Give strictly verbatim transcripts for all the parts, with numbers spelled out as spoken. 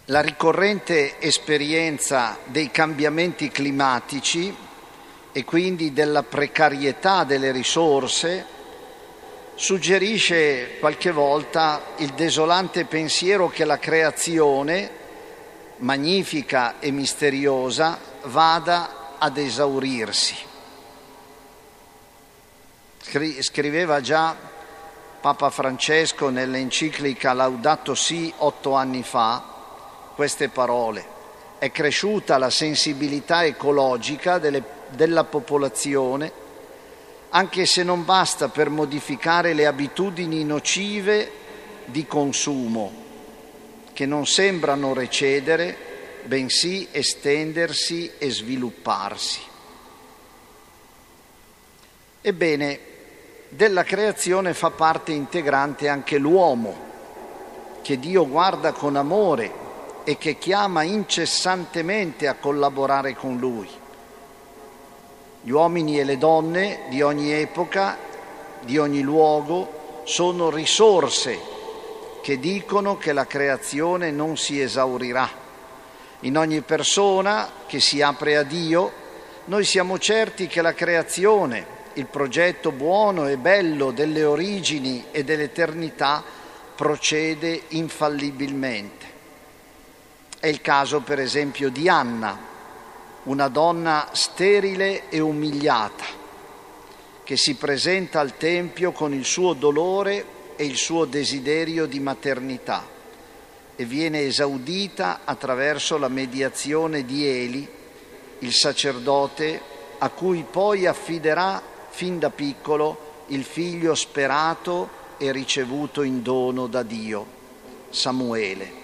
La ricorrente esperienza dei cambiamenti climatici e quindi della precarietà delle risorse suggerisce qualche volta il desolante pensiero che la creazione, magnifica e misteriosa, vada ad esaurirsi. Scriveva già Papa Francesco nell'enciclica Laudato Si otto anni fa queste parole: è cresciuta la sensibilità ecologica delle, della popolazione, anche se non basta per modificare le abitudini nocive di consumo, che non sembrano recedere, bensì estendersi e svilupparsi. Ebbene, della creazione fa parte integrante anche l'uomo, che Dio guarda con amore e che chiama incessantemente a collaborare con Lui. Gli uomini e le donne di ogni epoca, di ogni luogo, sono risorse che dicono che la creazione non si esaurirà. In ogni persona che si apre a Dio, noi siamo certi che la creazione, il progetto buono e bello delle origini e dell'eternità, procede infallibilmente. È il caso, per esempio, di Anna, una donna sterile e umiliata, che si presenta al Tempio con il suo dolore e il suo desiderio di maternità e viene esaudita attraverso la mediazione di Eli, il sacerdote a cui poi affiderà fin da piccolo il figlio sperato e ricevuto in dono da Dio, Samuele.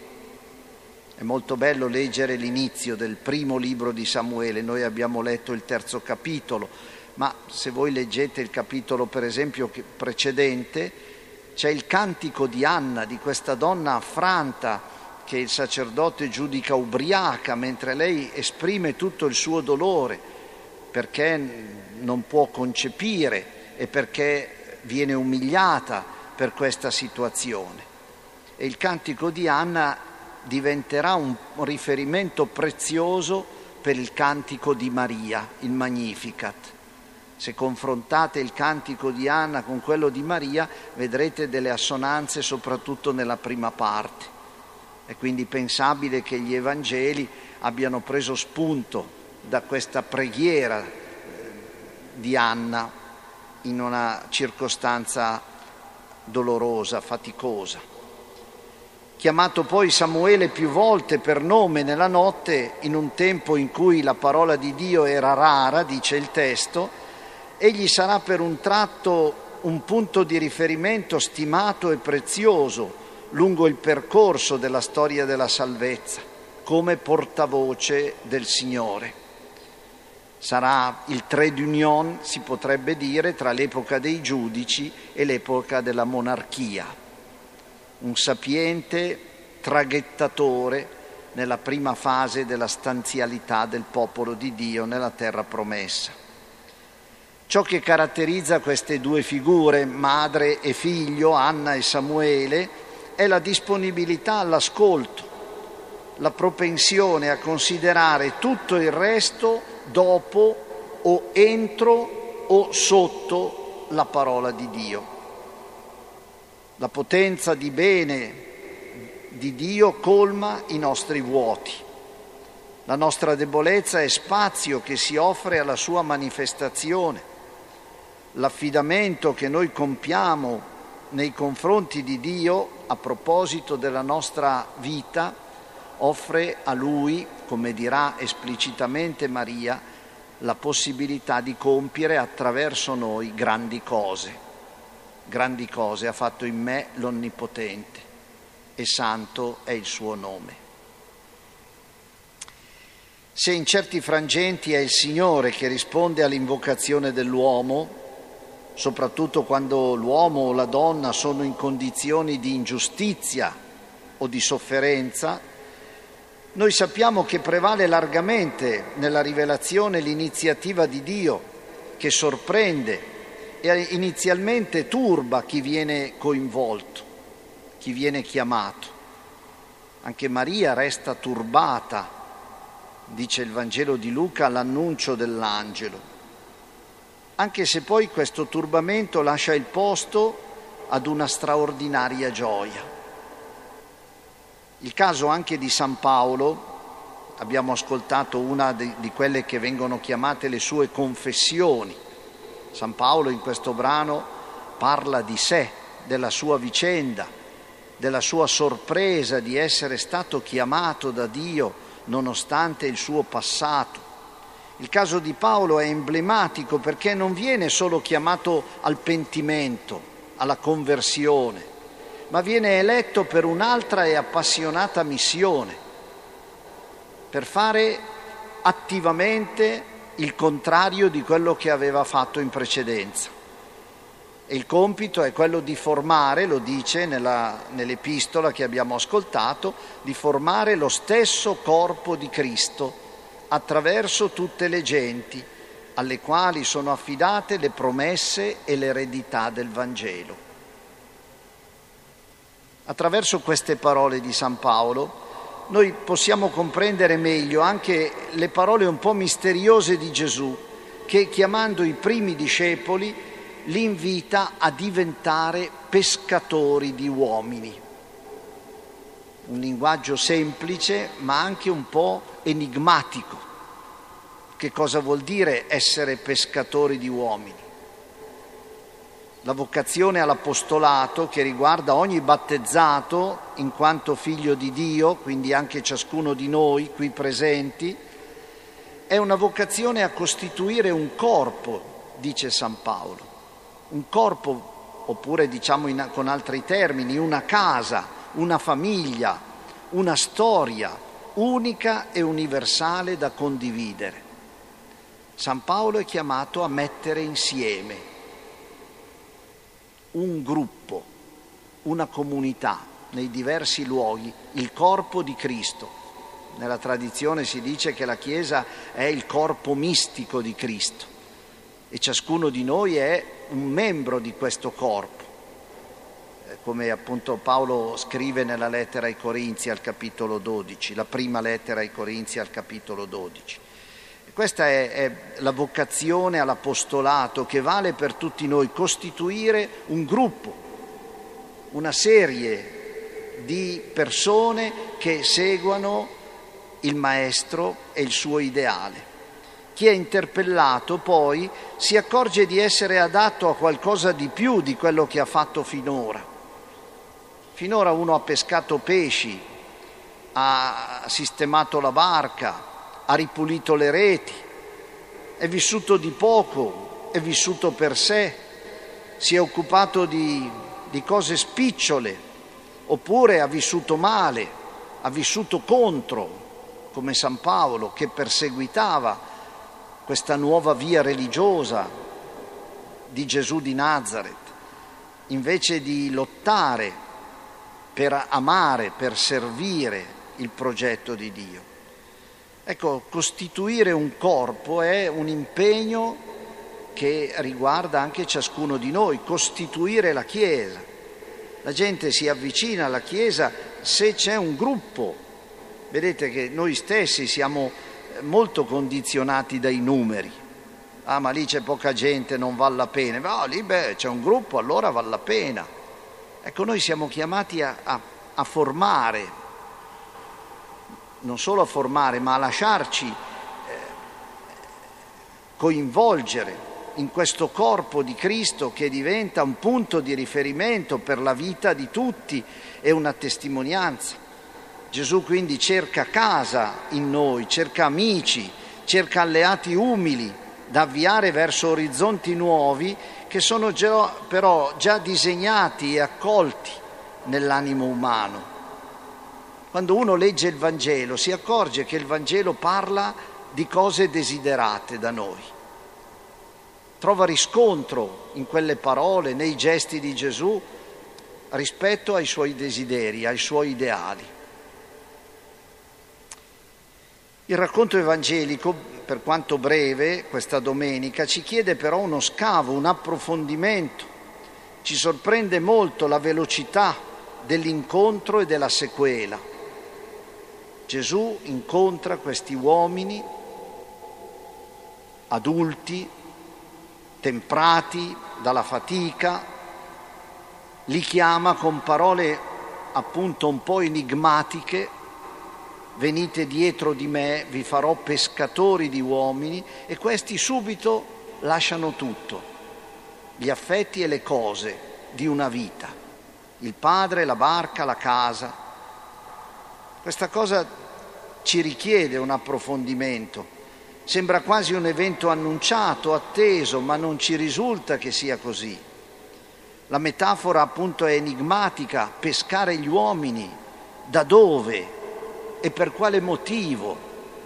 È molto bello leggere l'inizio del primo libro di Samuele. Noi abbiamo letto il terzo capitolo, ma se voi leggete il capitolo, per esempio, precedente, c'è il cantico di Anna, di questa donna affranta che il sacerdote giudica ubriaca, mentre lei esprime tutto il suo dolore perché non può concepire e perché viene umiliata per questa situazione. E il cantico di Anna diventerà un riferimento prezioso per il cantico di Maria, il Magnificat. Se confrontate il cantico di Anna con quello di Maria, vedrete delle assonanze soprattutto nella prima parte. È quindi pensabile che gli Evangeli abbiano preso spunto da questa preghiera di Anna in una circostanza dolorosa, faticosa. Chiamato poi Samuele più volte per nome nella notte, in un tempo in cui la parola di Dio era rara, dice il testo, egli sarà per un tratto un punto di riferimento stimato e prezioso lungo il percorso della storia della salvezza, come portavoce del Signore. Sarà il trade union, si potrebbe dire, tra l'epoca dei giudici e l'epoca della monarchia. Un sapiente traghettatore nella prima fase della stanzialità del popolo di Dio nella terra promessa. Ciò che caratterizza queste due figure, madre e figlio, Anna e Samuele, è la disponibilità all'ascolto, la propensione a considerare tutto il resto dopo o entro o sotto la parola di Dio. La potenza di bene di Dio colma i nostri vuoti. La nostra debolezza è spazio che si offre alla sua manifestazione. L'affidamento che noi compiamo nei confronti di Dio a proposito della nostra vita offre a Lui, come dirà esplicitamente Maria, la possibilità di compiere attraverso noi grandi cose. Grandi cose ha fatto in me l'Onnipotente e santo è il suo nome. Se in certi frangenti è il Signore che risponde all'invocazione dell'uomo, soprattutto quando l'uomo o la donna sono in condizioni di ingiustizia o di sofferenza, noi sappiamo che prevale largamente nella rivelazione l'iniziativa di Dio, che sorprende e inizialmente turba chi viene coinvolto, chi viene chiamato. Anche Maria resta turbata, dice il Vangelo di Luca, all'annuncio dell'angelo, anche se poi questo turbamento lascia il posto ad una straordinaria gioia. Il caso anche di San Paolo, abbiamo ascoltato una di, di quelle che vengono chiamate le sue confessioni. San Paolo in questo brano parla di sé, della sua vicenda, della sua sorpresa di essere stato chiamato da Dio nonostante il suo passato. Il caso di Paolo è emblematico perché non viene solo chiamato al pentimento, alla conversione, ma viene eletto per un'altra e appassionata missione, per fare attivamente il contrario di quello che aveva fatto in precedenza. E il compito è quello di formare, lo dice nella, nell'epistola che abbiamo ascoltato, di formare lo stesso corpo di Cristo attraverso tutte le genti alle quali sono affidate le promesse e l'eredità del Vangelo. Attraverso queste parole di San Paolo noi possiamo comprendere meglio anche le parole un po' misteriose di Gesù, che chiamando i primi discepoli li invita a diventare pescatori di uomini. Un linguaggio semplice ma anche un po' enigmatico. Che cosa vuol dire essere pescatori di uomini? La vocazione all'apostolato, che riguarda ogni battezzato in quanto figlio di Dio, quindi anche ciascuno di noi qui presenti, è una vocazione a costituire un corpo, dice San Paolo. Un corpo, oppure diciamo in, con altri termini, una casa, una famiglia, una storia unica e universale da condividere. San Paolo è chiamato a mettere insieme un gruppo, una comunità nei diversi luoghi, il corpo di Cristo. Nella tradizione si dice che la Chiesa è il corpo mistico di Cristo e ciascuno di noi è un membro di questo corpo, come appunto Paolo scrive nella lettera ai Corinzi al capitolo dodici, la prima lettera ai Corinzi al capitolo dodici. Questa è, è la vocazione all'apostolato che vale per tutti noi, costituire un gruppo, una serie di persone che seguono il Maestro e il suo ideale. Chi è interpellato poi si accorge di essere adatto a qualcosa di più di quello che ha fatto finora. Finora uno ha pescato pesci, ha sistemato la barca, ha ripulito le reti, è vissuto di poco, è vissuto per sé, si è occupato di, di cose spicciole, oppure ha vissuto male, ha vissuto contro, come San Paolo che perseguitava questa nuova via religiosa di Gesù di Nazaret, invece di lottare per amare, per servire il progetto di Dio. Ecco, costituire un corpo è un impegno che riguarda anche ciascuno di noi, costituire la Chiesa. La gente si avvicina alla Chiesa se c'è un gruppo. Vedete che noi stessi siamo molto condizionati dai numeri. Ah, ma lì c'è poca gente, non vale la pena. Ma oh, lì beh, c'è un gruppo, allora vale la pena. Ecco, noi siamo chiamati a, a, a formare, non solo a formare, ma a lasciarci eh, coinvolgere in questo corpo di Cristo che diventa un punto di riferimento per la vita di tutti e una testimonianza. Gesù quindi cerca casa in noi, cerca amici, cerca alleati umili da avviare verso orizzonti nuovi che sono già, però già disegnati e accolti nell'animo umano. Quando uno legge il Vangelo si accorge che il Vangelo parla di cose desiderate da noi. Trova riscontro in quelle parole, nei gesti di Gesù, rispetto ai suoi desideri, ai suoi ideali. Il racconto evangelico, per quanto breve, questa domenica, ci chiede però uno scavo, un approfondimento. Ci sorprende molto la velocità dell'incontro e della sequela. Gesù incontra questi uomini adulti, temprati dalla fatica, li chiama con parole appunto un po' enigmatiche: venite dietro di me, vi farò pescatori di uomini. E questi subito lasciano tutto, gli affetti e le cose di una vita, il padre, la barca, la casa. Questa cosa ci richiede un approfondimento. Sembra quasi un evento annunciato, atteso, ma non ci risulta che sia così. La metafora appunto è enigmatica: pescare gli uomini, da dove e per quale motivo?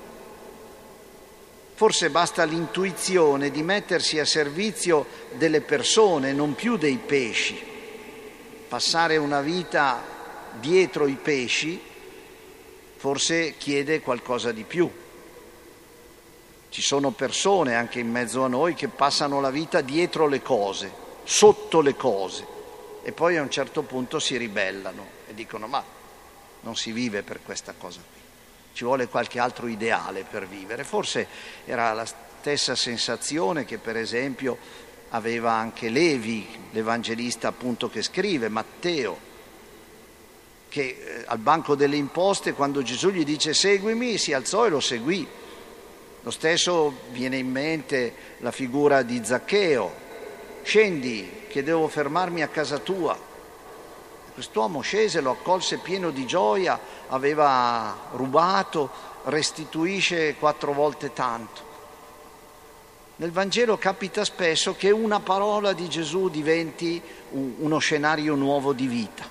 Forse basta l'intuizione di mettersi a servizio delle persone, non più dei pesci. Passare una vita dietro i pesci forse chiede qualcosa di più. Ci sono persone anche in mezzo a noi che passano la vita dietro le cose, sotto le cose, e poi a un certo punto si ribellano e dicono: ma non si vive per questa cosa qui, ci vuole qualche altro ideale per vivere. Forse era la stessa sensazione che per esempio aveva anche Levi, l'evangelista appunto che scrive, Matteo, che eh, al banco delle imposte, quando Gesù gli dice seguimi, si alzò e lo seguì. Lo stesso viene in mente la figura di Zaccheo: scendi che devo fermarmi a casa tua. Quest'uomo scese, lo accolse pieno di gioia, aveva rubato, restituisce quattro volte tanto. Nel Vangelo capita spesso che una parola di Gesù diventi uno scenario nuovo di vita.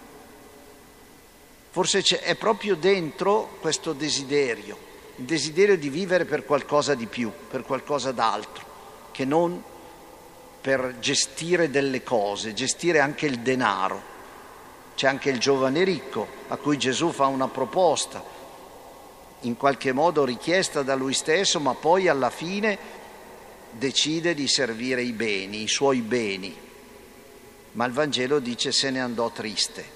Forse è proprio dentro questo desiderio, il desiderio di vivere per qualcosa di più, per qualcosa d'altro, che non per gestire delle cose, gestire anche il denaro. C'è anche il giovane ricco a cui Gesù fa una proposta, in qualche modo richiesta da lui stesso, ma poi alla fine decide di servire i beni, i suoi beni. Ma il Vangelo dice: se ne andò triste.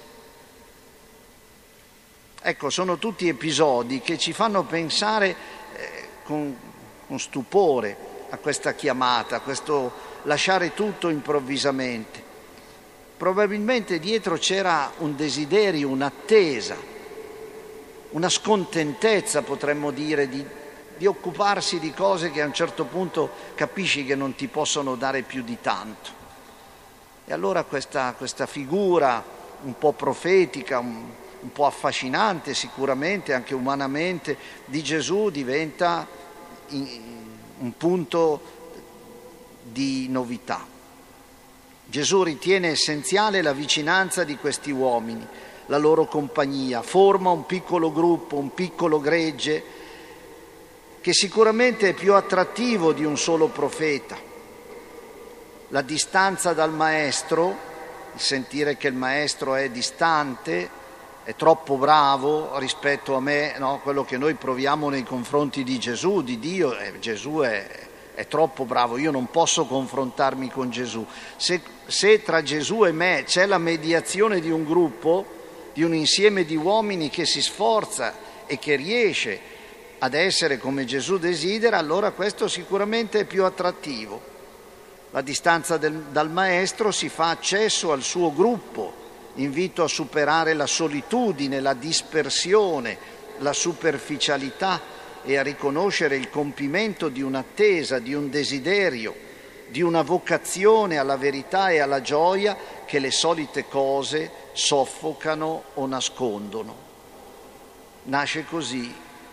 Ecco, sono tutti episodi che ci fanno pensare eh, con, con stupore a questa chiamata, a questo lasciare tutto improvvisamente. Probabilmente dietro c'era un desiderio, un'attesa, una scontentezza, potremmo dire, di, di occuparsi di cose che a un certo punto capisci che non ti possono dare più di tanto. E allora questa, questa figura un po' profetica, un, un po' affascinante sicuramente, anche umanamente, di Gesù diventa in, un punto di novità. Gesù ritiene essenziale la vicinanza di questi uomini, la loro compagnia, forma un piccolo gruppo, un piccolo gregge, che sicuramente è più attrattivo di un solo profeta. La distanza dal maestro, il sentire che il maestro è distante, è troppo bravo rispetto a me, no? Quello che noi proviamo nei confronti di Gesù, di Dio, eh, Gesù è... è troppo bravo, io non posso confrontarmi con Gesù. Se, se tra Gesù e me c'è la mediazione di un gruppo, di un insieme di uomini che si sforza e che riesce ad essere come Gesù desidera, allora questo sicuramente è più attrattivo. La distanza del, dal maestro si fa accesso al suo gruppo, invito a superare la solitudine, la dispersione, la superficialità, e a riconoscere il compimento di un'attesa, di un desiderio, di una vocazione alla verità e alla gioia che le solite cose soffocano o nascondono. Nasce così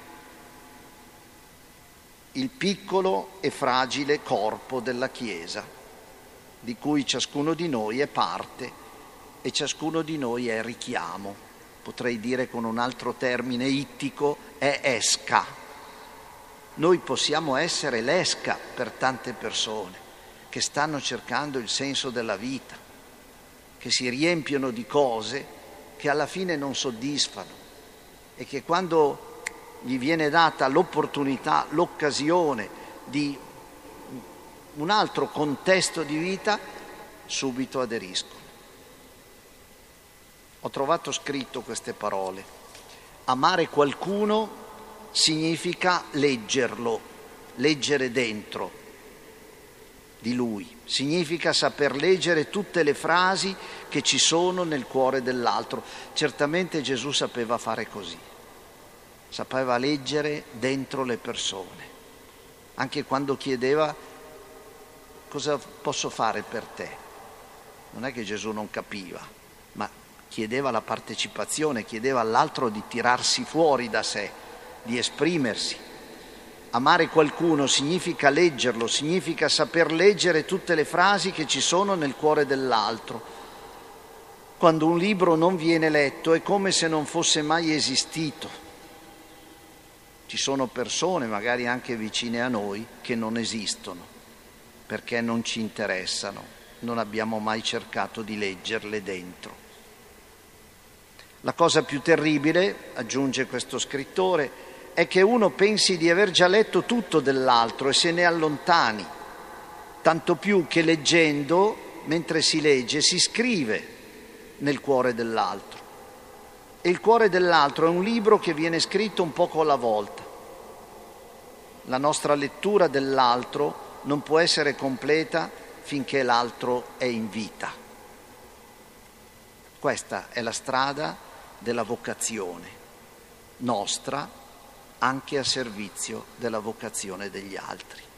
il piccolo e fragile corpo della Chiesa, di cui ciascuno di noi è parte e ciascuno di noi è richiamo. Potrei dire con un altro termine ittico, è esca. Noi possiamo essere l'esca per tante persone che stanno cercando il senso della vita, che si riempiono di cose che alla fine non soddisfano e che quando gli viene data l'opportunità, l'occasione di un altro contesto di vita, subito aderiscono. Ho trovato scritto queste parole Amare qualcuno significa leggerlo, leggere dentro di lui, significa saper leggere tutte le frasi che ci sono nel cuore dell'altro. Certamente Gesù sapeva fare così, sapeva leggere dentro le persone, anche quando chiedeva: cosa posso fare per te? Non è che Gesù non capiva, ma chiedeva la partecipazione, chiedeva all'altro di tirarsi fuori da sé, di esprimersi. Amare qualcuno significa leggerlo, significa saper leggere tutte le frasi che ci sono nel cuore dell'altro. Quando un libro non viene letto è come se non fosse mai esistito. Ci sono persone, magari anche vicine a noi, che non esistono, perché non ci interessano, non abbiamo mai cercato di leggerle dentro. La cosa più terribile, aggiunge questo scrittore, è che uno pensi di aver già letto tutto dell'altro e se ne allontani, tanto più che leggendo, mentre si legge, si scrive nel cuore dell'altro. E il cuore dell'altro è un libro che viene scritto un poco alla volta. La nostra lettura dell'altro non può essere completa finché l'altro è in vita. Questa è la strada della vocazione nostra, anche a servizio della vocazione degli altri.